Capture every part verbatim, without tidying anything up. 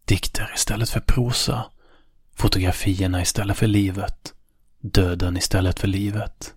Dikter istället för prosa. Fotografierna istället för livet. Döden istället för livet.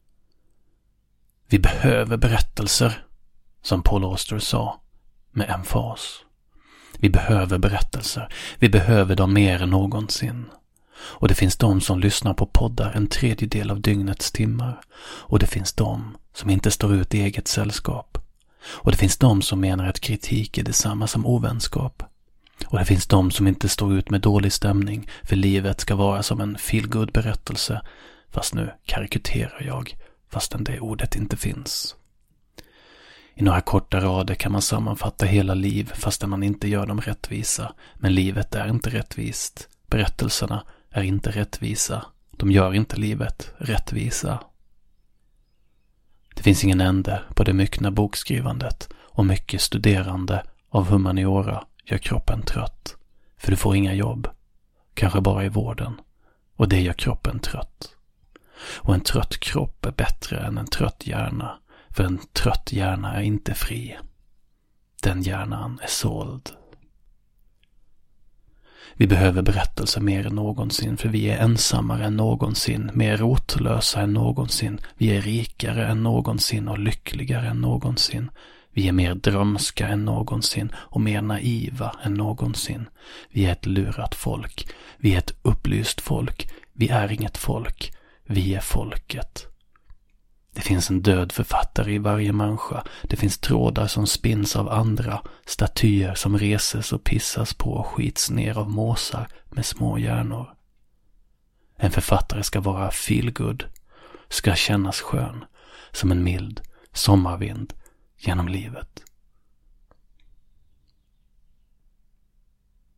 Vi behöver berättelser, som Paul Auster sa, med emfas. Vi behöver berättelser. Vi behöver dem mer än någonsin. Och det finns de som lyssnar på poddar en tredjedel av dygnets timmar. Och det finns de som inte står ut i eget sällskap. Och det finns de som menar att kritik är detsamma som ovänskap. Och det finns de som inte står ut med dålig stämning, för livet ska vara som en feel-good berättelse. Fast nu karikerar jag, fastän det ordet inte finns. I några korta rader kan man sammanfatta hela liv, fastän man inte gör dem rättvisa. Men livet är inte rättvist. Berättelserna är inte rättvisa. De gör inte livet rättvisa. Det finns ingen ände på det myckna bokskrivandet, och mycket studerande av humaniora gör kroppen trött. För du får inga jobb, kanske bara i vården, och det gör kroppen trött. Och en trött kropp är bättre än en trött hjärna, för en trött hjärna är inte fri. Den hjärnan är såld. Vi behöver berättelser mer än någonsin, för vi är ensammare än någonsin, mer rotlösa än någonsin, vi är rikare än någonsin och lyckligare än någonsin. Vi är mer drömska än någonsin och mer naiva än någonsin. Vi är ett lurat folk, vi är ett upplyst folk, vi är inget folk, vi är folket. Det finns en död författare i varje människa. Det finns trådar som spinns av andra, statyer som reses och pissas på och skits ner av måsar med små hjärnor. En författare ska vara feel-good, ska kännas skön, som en mild sommarvind genom livet.